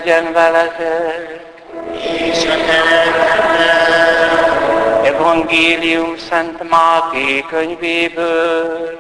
legyen veletek. És a te Evangélium Szent Máté könyvéből.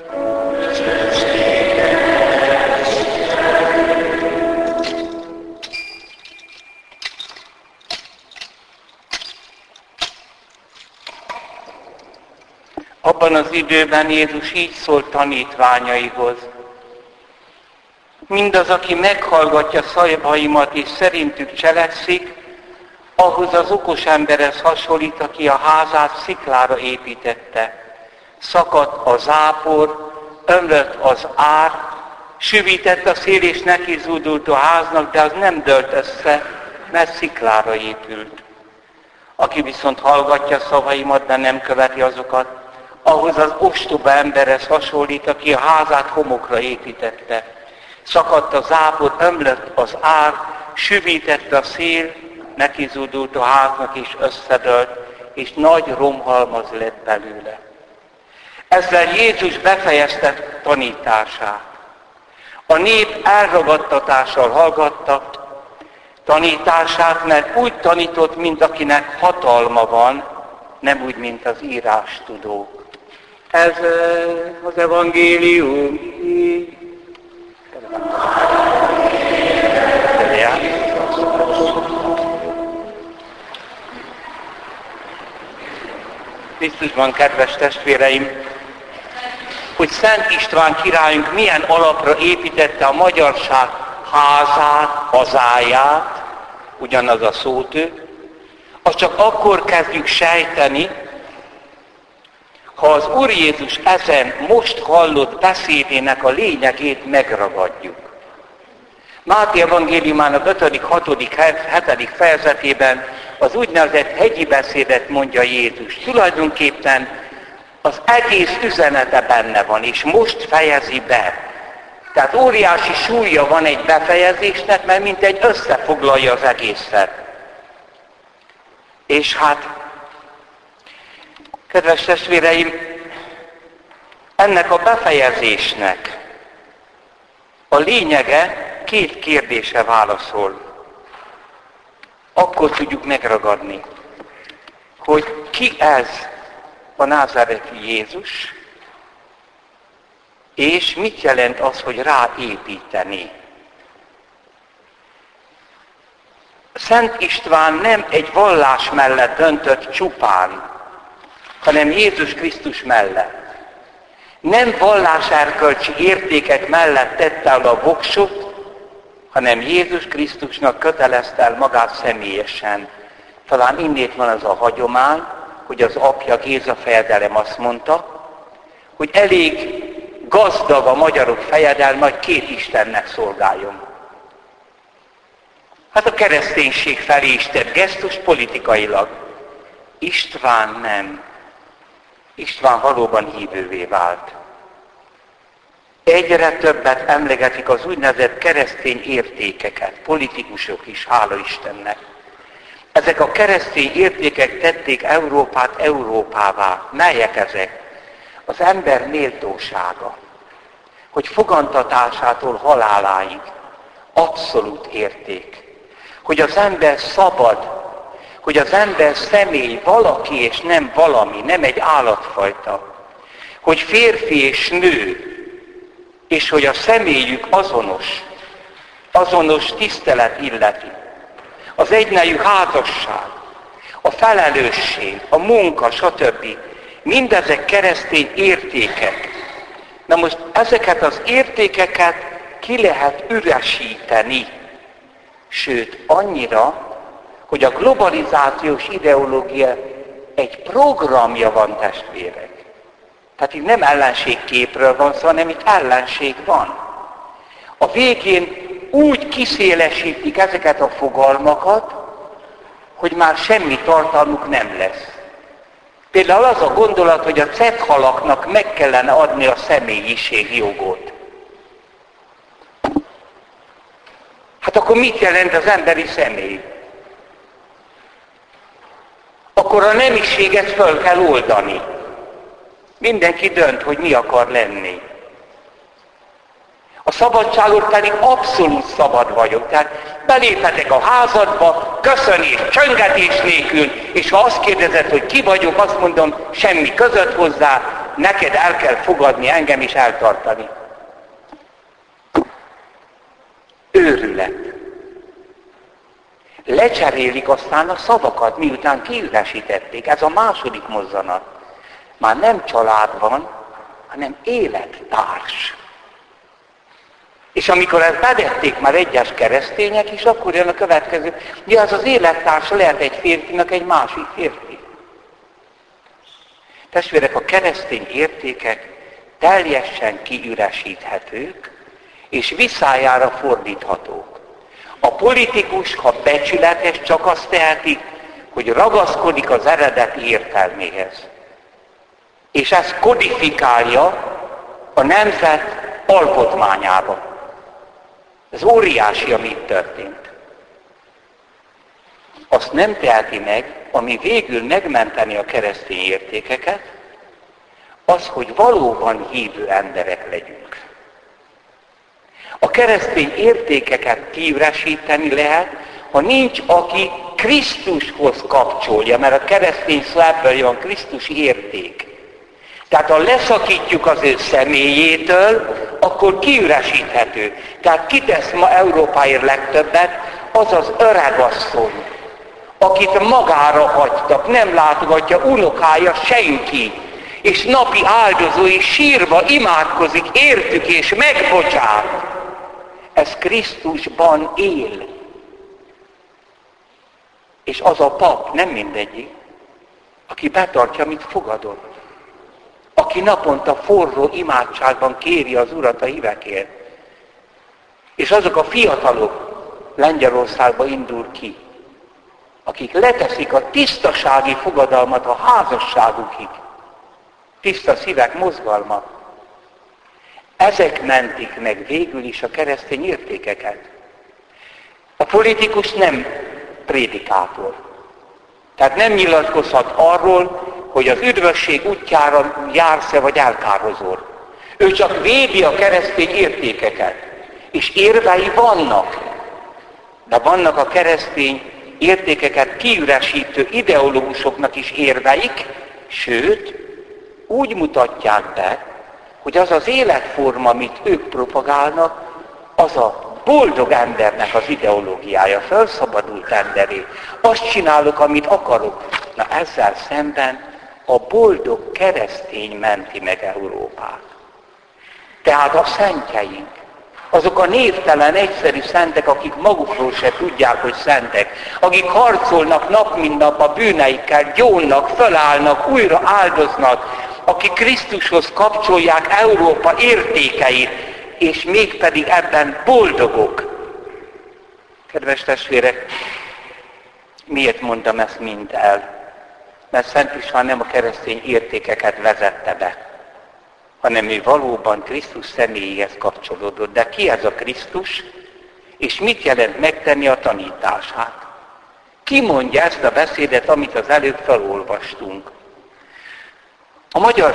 Abban az időben Jézus így szólt tanítványaihoz. Mindaz, aki meghallgatja szavaimat és szerintük cselekszik, ahhoz az okos emberhez hasonlít, aki a házát sziklára építette. Szakadt a zápor, ömlött az ár, süvített a szél és neki zúdult a háznak, de az nem dőlt össze, mert sziklára épült. Aki viszont hallgatja szavaimat, de nem követi azokat, ahhoz az ostoba emberhez hasonlít, aki a házát homokra építette. Szakadt a zápor, ömlött az ár, süvített a szél, neki zúdult a háznak, és összedőlt, és nagy romhalmaz lett belőle. Ezzel Jézus befejezte tanítását. A nép elragadtatással hallgatta tanítását, mert úgy tanított, mint akinek hatalma van, nem úgy, mint az írástudók. Ez az evangélium. Krisztusban, kedves testvéreim, hogy Szent István királyunk milyen alapra építette a magyarság házát, hazáját, ugyanaz a szótő, azt csak akkor kezdjük sejteni, ha az Úr Jézus ezen most hallott beszédének a lényegét megragadjuk. Máté evangéliumának 5., 6., 7. fejezetében az úgynevezett hegyi beszédet mondja Jézus. Tulajdonképpen az egész üzenete benne van, és most fejezi be. Tehát óriási súlya van egy befejezésnek, mert mint egy összefoglalja az egészet. És hát, kedves testvéreim, ennek a befejezésnek a lényege 2 kérdésre válaszol. Akkor tudjuk megragadni, hogy ki ez a názáreti Jézus, és mit jelent az, hogy ráépíteni. Szent István nem egy vallás mellett döntött csupán, hanem Jézus Krisztus mellett. Nem valláserkölcsi értékek mellett tette el a voksot, hanem Jézus Krisztusnak kötelezte el magát személyesen. Talán innét van az a hagyomány, hogy az apja Géza fejedelem azt mondta, hogy elég gazdag a magyarok fejedelme, hogy 2 Istennek szolgáljon. Hát a kereszténység felé is tett gesztus politikailag. István nem. István valóban hívővé vált. Egyre többet emlegetik az úgynevezett keresztény értékeket, politikusok is, hála Istennek. Ezek a keresztény értékek tették Európát Európává. Melyek ezek? Az ember méltósága, hogy fogantatásától haláláig abszolút érték. Hogy az ember szabad, hogy az ember személy valaki és nem valami, nem egy állatfajta. Hogy férfi és nő, és hogy a személyük azonos tisztelet illeti. Az egynejű házasság, a felelősség, a munka, stb. Mindezek keresztény értékek. Na most ezeket az értékeket ki lehet üresíteni. Sőt, annyira, hogy a globalizációs ideológia egy programja van, testvérek. Tehát itt nem ellenségképről van szó, hanem itt ellenség van. A végén úgy kiszélesítik ezeket a fogalmakat, hogy már semmi tartalmuk nem lesz. Például az a gondolat, hogy a cethalaknak meg kellene adni a személyiség jogot. Hát akkor mit jelent az emberi személy? Akkor a nemiséget föl kell oldani. Mindenki dönt, hogy mi akar lenni. A A szabadságot pedig abszolút szabad vagyok. Tehát beléphetek a házadba, köszönés, csöngetés nélkül, és ha azt kérdezed, hogy ki vagyok, azt mondom, semmi között hozzá, neked el kell fogadni, engem is eltartani. Őrület. Lecserélik aztán a szavakat, miután kiüresítették. Ez a második mozzanat. Már nem család van, hanem élettárs. És amikor ezt bedették már egyes keresztények is, akkor jön a következő. Ugye az élettárs lehet egy férfinak egy másik férfi. Testvérek, a keresztény értékek teljesen kiüresíthetők, és visszájára fordíthatók. A politikus, ha becsületes, csak azt teheti, hogy ragaszkodik az eredeti értelméhez. És ezt kodifikálja a nemzet alkotmányába. Ez óriási, ami itt történt. Azt nem teheti meg, ami végül megmenteni a keresztény értékeket, az, hogy valóban hívő emberek legyünk. A keresztény értékeket kiüresíteni lehet, ha nincs, aki Krisztushoz kapcsolja, mert a keresztény szó ebből jön, Krisztusi érték. Tehát ha leszakítjuk az ő személyétől, akkor kiüresíthető. Tehát ki tesz ma Európáért legtöbbet, az az öregasszony, akit magára hagytak, nem látogatja unokája senki, és napi áldozó és sírva imádkozik értük és megbocsát. Ez Krisztusban él. És az a pap, nem mindegyik, aki betartja, amit fogadott. Aki naponta forró imádságban kéri az Urat a hívekért. És azok a fiatalok Lengyelországba indul ki, akik leteszik a tisztasági fogadalmat a házasságukig. Tiszta szívek mozgalma. Ezek mentik meg végül is a keresztény értékeket. A politikus nem prédikátor. Tehát nem nyilatkozhat arról, hogy az üdvösség útjára jársz-e vagy elkárhozol. Ő csak védi a keresztény értékeket. És érvei vannak. De vannak a keresztény értékeket kiüresítő ideológusoknak is érveik, sőt, úgy mutatják be, hogy az az életforma, amit ők propagálnak, az a boldog embernek az ideológiája, felszabadult emberé. Azt csinálok, amit akarok. Na ezzel szemben a boldog keresztény menti meg Európát. Tehát a szentjeink, azok a névtelen, egyszerű szentek, akik magukról se tudják, hogy szentek, akik harcolnak nap mint nap a bűneikkel, gyónnak, fölállnak, újra áldoznak, akik Krisztushoz kapcsolják Európa értékeit, és mégpedig ebben boldogok. Kedves testvérek, miért mondom ezt mind el? Mert Szent István nem a keresztény értékeket vezette be, hanem ő valóban Krisztus személyéhez kapcsolódott. De ki ez a Krisztus, és mit jelent megtenni a tanítását? Ki mondja ezt a beszédet, amit az előbb felolvastunk? A magyar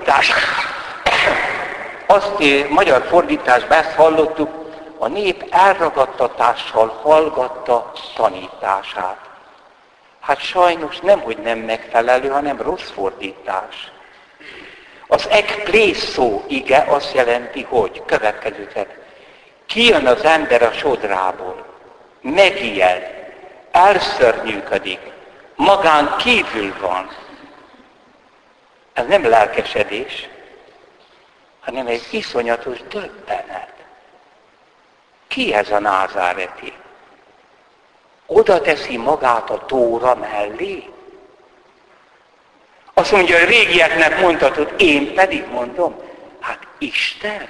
fordításban ezt hallottuk, a nép elragadtatással hallgatta tanítását. Hát sajnos nemhogy nem megfelelő, hanem rossz fordítás. Az ekplészó ige azt jelenti, hogy következőket. Kijön az ember a sodrából, megijed, elszörnyűködik, magán kívül van. Ez nem lelkesedés, hanem egy iszonyatos döbbenet. Ki ez a názáreti? Oda teszi magát a tóra mellé? Azt mondja, hogy régieknek mondhatod, én pedig mondom, hát Isten.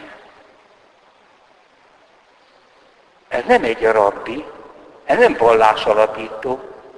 Ez nem egy rabbi, ez nem vallásalapító.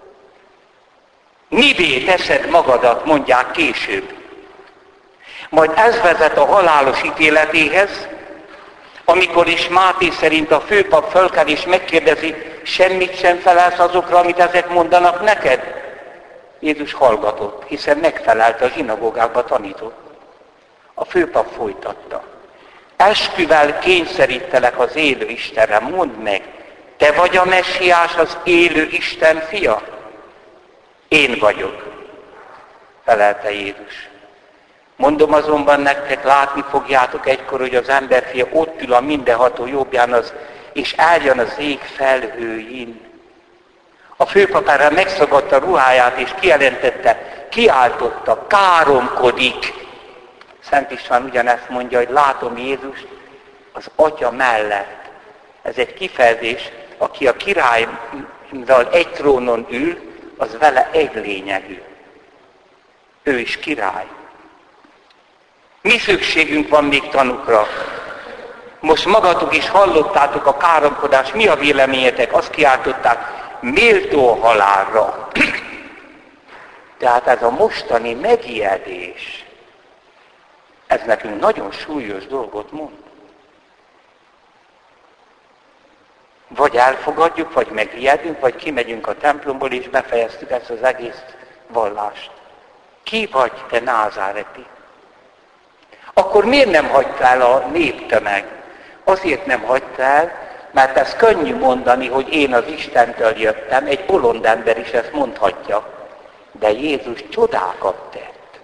Mivé teszed magadat, mondják később. Majd ez vezet a halálos ítéletéhez, amikor is Máté szerint a főpap fölkel és megkérdezi, semmit sem felelsz azokra, amit ezek mondanak neked? Jézus hallgatott, hiszen megfelelt a zsinagógákba tanított. A főpap folytatta. esküvel kényszerítelek az élő Istenre, mondd meg, te vagy a Messiás, az élő Isten fia? Én vagyok, felelte Jézus. Mondom azonban nektek, látni fogjátok egykor, hogy az emberfia ott ül a mindenható jobbján, és eljön az ég felhőin. A főpap erre megszagadta ruháját, és kijelentette, kiáltotta, káromkodik. Szent István ugyanezt mondja, hogy látom Jézust az Atya mellett. Ez egy kifejezés, aki a királynal egy trónon ül, az vele egy lényegű. Ő is király. Mi szükségünk van még tanukra? Most magatok is hallottátok a káromkodást, mi a véleményetek? Azt kiáltották, méltó halálra. Tehát ez a mostani megijedés, ez nekünk nagyon súlyos dolgot mond. Vagy elfogadjuk, vagy megijedünk, vagy kimegyünk a templomból, és befejeztük ezt az egész vallást. Ki vagy te, názáreti? Akkor miért nem hagyta el a néptömeg? Azért nem hagyta el, mert ez könnyű mondani, hogy én az Istentől jöttem, egy bolond ember is ezt mondhatja. De Jézus csodákat tett.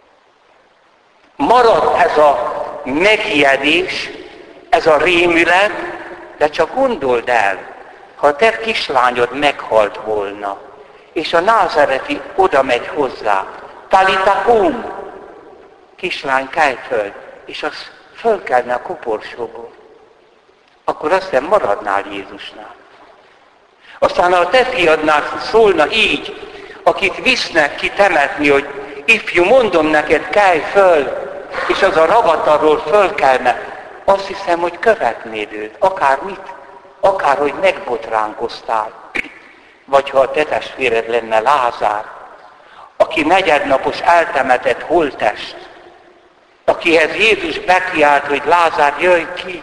Maradt ez a megijedés, ez a rémület, de csak gondold el, ha a te kislányod meghalt volna, és a názáreti oda megy hozzá, Talita kum, kislány, kelj föl, és az fölkelne a koporsóból, akkor azt hiszem maradnál Jézusnál. Aztán ha a te fiadnál szólna így, akit visznek ki temetni, hogy ifjú, mondom neked, kelj föl, és az a ravatarról fölkelne, azt hiszem, hogy követnéd őt, akármit, akárhogy megbotránkoztál. Vagy ha a te testvéred lenne Lázár, aki negyednapos eltemetett holttest, akihez Jézus bekiált, hogy Lázár, jöjj ki,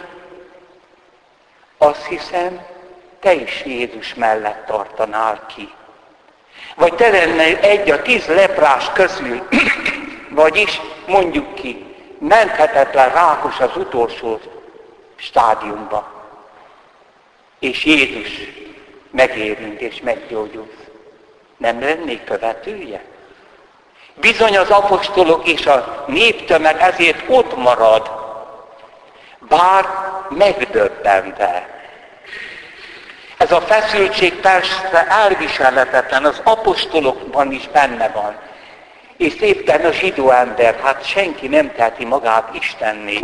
azt hiszem, te is Jézus mellett tartanál ki. Vagy te lenne egy a 10 leprás közül, vagyis mondjuk ki, menthetetlen rákos az utolsó stádiumba. És Jézus megérint és meggyógyult. Nem lennék követője? Bizony az apostolok és a néptömeg ezért ott marad, bár megdöbbenve. Ez a feszültség persze elviselhetetlen, az apostolokban is benne van. És szépen a zsidó ember, hát senki nem teheti magát Istenné.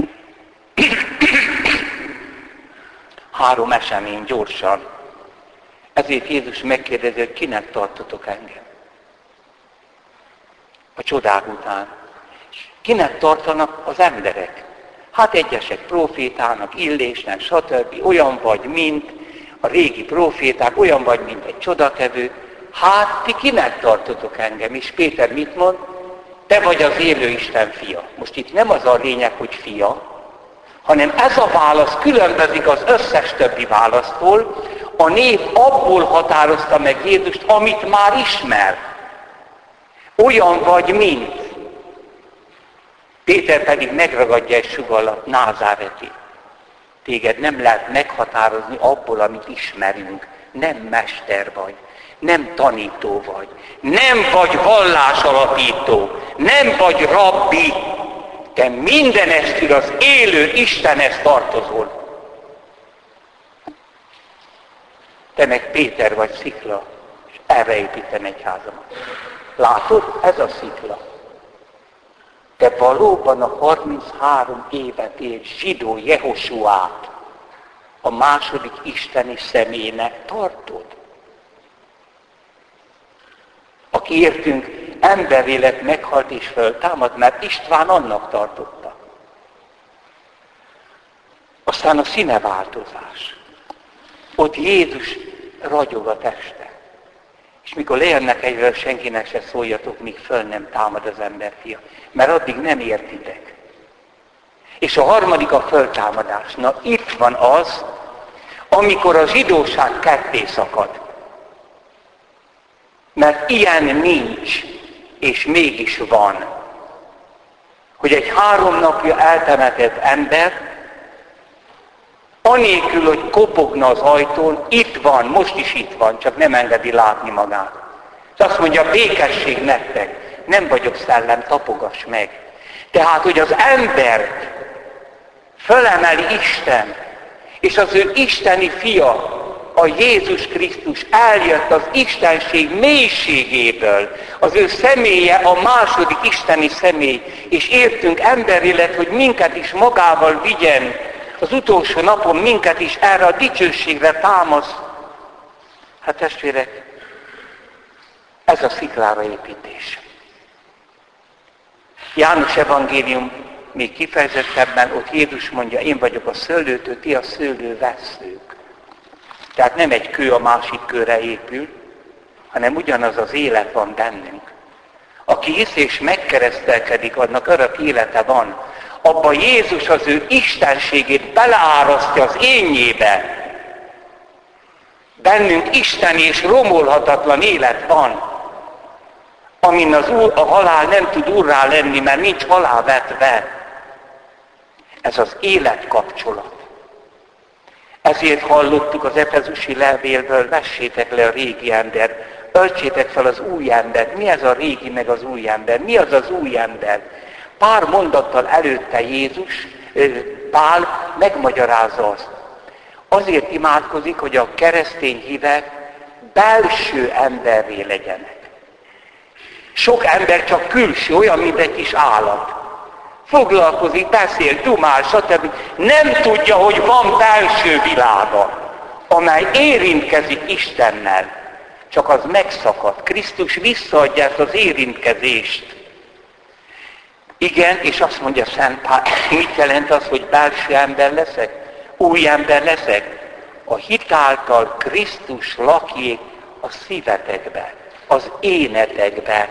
3 esemény gyorsan. Ezért Jézus megkérdezi, hogy kinek tartotok engem? A csodák után. Kinek tartanak az emberek? Hát egyesek profétának, Illésnek, stb. Olyan vagy, mint a régi proféták, olyan vagy, mint egy csodatevő. Hát ti kinek tartotok engem? És Péter mit mond? Te vagy az élő Isten fia. Most itt nem az a lényeg, hogy fia, hanem ez a válasz különbözik az összes többi választól. A nép abból határozta meg Jézust, amit már ismer. Olyan vagy, mint. Péter pedig megragadja egy sugallat, názáreti. Téged nem lehet meghatározni abból, amit ismerünk. Nem mester vagy, nem tanító vagy, nem vagy vallásalapító, nem vagy rabbi. Te mindenestül az élő Istenhez tartozol. Te meg Péter vagy szikla, és erre építem egy házamat. Látod? Ez a szikla. Te valóban a 33 évet élt zsidó Jehosuát a második isteni személynek tartod? Aki értünk emberélet meghalt és föltámad, mert István annak tartotta. Aztán a színeváltozás. Ott Jézus ragyog a teste. És mikor lejönnek egyről, senkinek se szóljatok, míg föl nem támad az emberfia. Mert addig nem értitek. És a harmadik a föltámadás. Na itt van az, amikor a zsidóság ketté szakad. Mert ilyen nincs, és mégis van. Hogy egy 3 napja eltemetett ember anélkül, hogy kopogna az ajtón, itt van, most is itt van, csak nem engedi látni magát. És azt mondja, békesség nektek, nem vagyok szellem, tapogass meg. Tehát, hogy az embert fölemeli Isten, és az ő isteni fia, a Jézus Krisztus eljött az istenség mélységéből, az ő személye a második isteni személy, és értünk emberélet, hogy minket is magával vigyen, az utolsó napon minket is erre a dicsőségre támasz. Hát testvérek, ez a sziklára építés. János evangélium még kifejezettebben, ott Jézus mondja, én vagyok a szőlőtő, ti a szőlővesszők. Tehát nem egy kő a másik kőre épül, hanem ugyanaz az élet van bennünk. Aki hisz és megkeresztelkedik, annak örök élete van. Abba Jézus az ő istenségét beleárasztja az énnyébe. Bennünk isteni és romolhatatlan élet van, amin a halál nem tud urrá lenni, mert nincs halál vetve. Ez az életkapcsolat. Ezért hallottuk az efezusi levélből, vessétek le a régi embert, öltsétek fel az új embert. Mi ez a régi meg az új ember? Mi az az új ember? Pár mondattal előtte Pál megmagyarázza azt. Azért imádkozik, hogy a keresztény hívek belső emberré legyenek. Sok ember csak külső, olyan, mint egy kis állat. Foglalkozik, beszél, dumál, stb. Nem tudja, hogy van belső világa, amely érintkezik Istennel. Csak az megszakad. Krisztus visszaadja ezt az érintkezést. Igen, és azt mondja Szent Pál, mit jelent az, hogy belső ember leszek? Új ember leszek? A hit által Krisztus lakjék a szívetekbe, az énetekbe.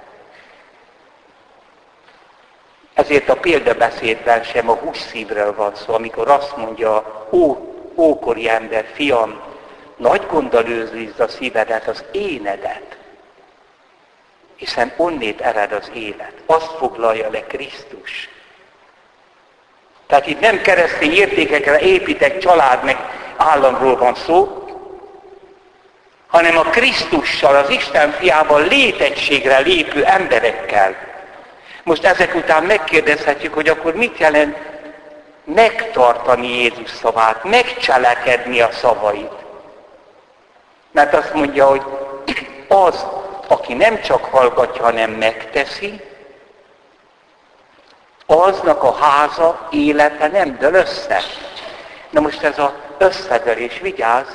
Ezért a példabeszédben sem a hússzívről van szó, amikor azt mondja, ókori ember, fiam, nagy gonddal őrizd a szívedet, az énedet. Hiszen onnét ered az élet. Azt foglalja le Krisztus. Tehát itt nem keresztény értékekre építek család meg államról van szó, hanem a Krisztussal, az Isten fiával létegységre lépő emberekkel. Most ezek után megkérdezhetjük, hogy akkor mit jelent megtartani Jézus szavát, megcselekedni a szavait. Mert azt mondja, hogy az, aki nem csak hallgatja, hanem megteszi, aznak a háza, élete nem dől össze. Na most ez az összedőlés, vigyázz!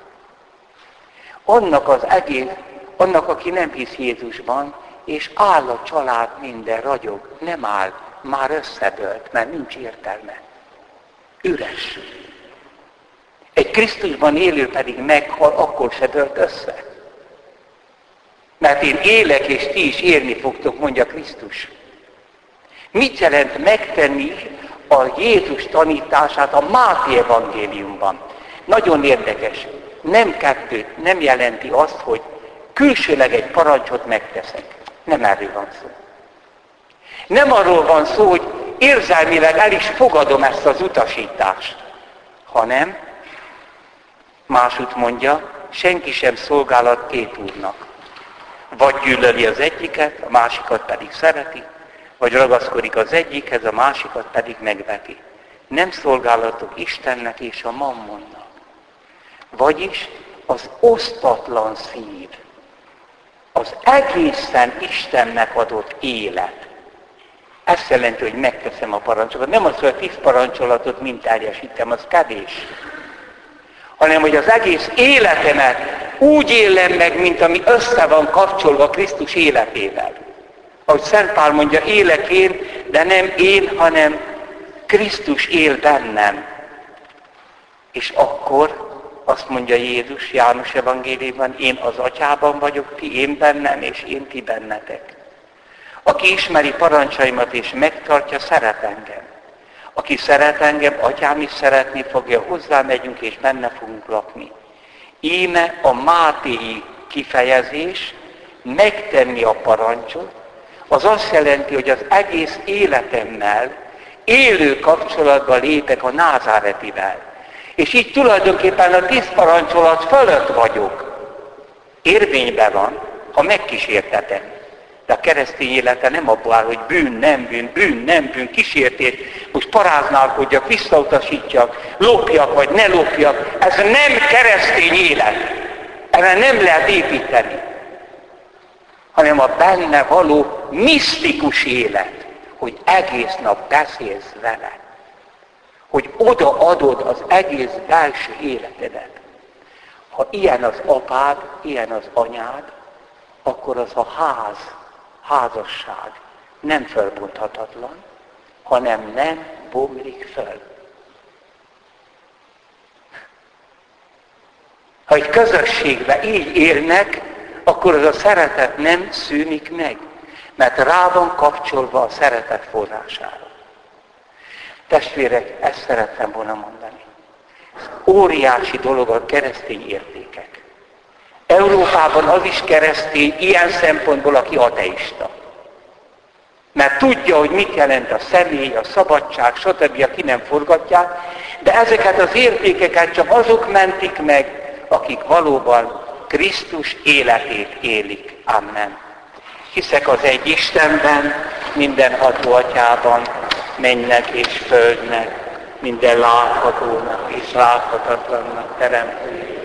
Annak, aki nem hisz Jézusban, és áll a család minden, ragyog, nem áll, már összedőlt, mert nincs értelme. Üres. Egy Krisztusban élő pedig meghal, akkor se dőlt össze. Mert én élek, és ti is élni fogtok, mondja Krisztus. Mit jelent megtenni a Jézus tanítását a Máté evangéliumban? Nagyon érdekes. Nem jelenti azt, hogy külsőleg egy parancsot megteszek. Nem erről van szó. Nem arról van szó, hogy érzelmileg el is fogadom ezt az utasítást, hanem, másút mondja, senki sem szolgálat két úrnak. Vagy gyűlöli az egyiket, a másikat pedig szereti, vagy ragaszkodik az egyikhez, a másikat pedig megveti. Nem szolgálatok Istennek és a mammonnak. Vagyis az osztatlan szív, az egészen Istennek adott élet. Ezt jelenti, hogy megteszem a parancsokat. Nem az, hogy a 10 parancsolatot mind teljesítem, az kevés. Hanem, hogy az egész életemet úgy élem meg, mint ami össze van kapcsolva Krisztus életével. Ahogy Szent Pál mondja, élek én, de nem én, hanem Krisztus él bennem. És akkor azt mondja Jézus János evangéliumban, én az Atyában vagyok, ti én bennem, és én ti bennetek. Aki ismeri parancsaimat és megtartja, szeret engem. Aki szeret engem, Atyám is szeretni fogja, hozzá megyünk és benne fogunk lakni. Íme a mátéi kifejezés, megtenni a parancsot, az azt jelenti, hogy az egész életemmel élő kapcsolatba lépek a názáretivel. És így tulajdonképpen a 10 parancsolat fölött vagyok. Érvényben van, ha megkísértetek. De a keresztény élete nem abból áll, hogy bűn, nem bűn, bűn, nem bűn, kísértés, most paráználkodjak, visszautasítjak, lopjak vagy ne lopjak. Ez nem keresztény élet. Erre nem lehet építeni. Hanem a benne való misztikus élet, hogy egész nap beszélsz vele. Hogy odaadod az egész belső életedet. Ha ilyen az apád, ilyen az anyád, akkor az a házasság nem felbonthatatlan, hanem nem bomlik föl. Ha egy közösségben így élnek, akkor az a szeretet nem szűnik meg, mert rá van kapcsolva a szeretet forrására. Testvérek, ezt szerettem volna mondani. Ez óriási dolog a keresztény értékek. Európában az is keresztény ilyen szempontból, aki ateista. Mert tudja, hogy mit jelent a személy, a szabadság, stb., aki nem forgatják, de ezeket az értékeket csak azok mentik meg, akik valóban Krisztus életét élik. Amen. Hiszek az egy Istenben, mindenható Atyában, mennek és földnek, minden láthatónak és láthatatlannak teremtőjében.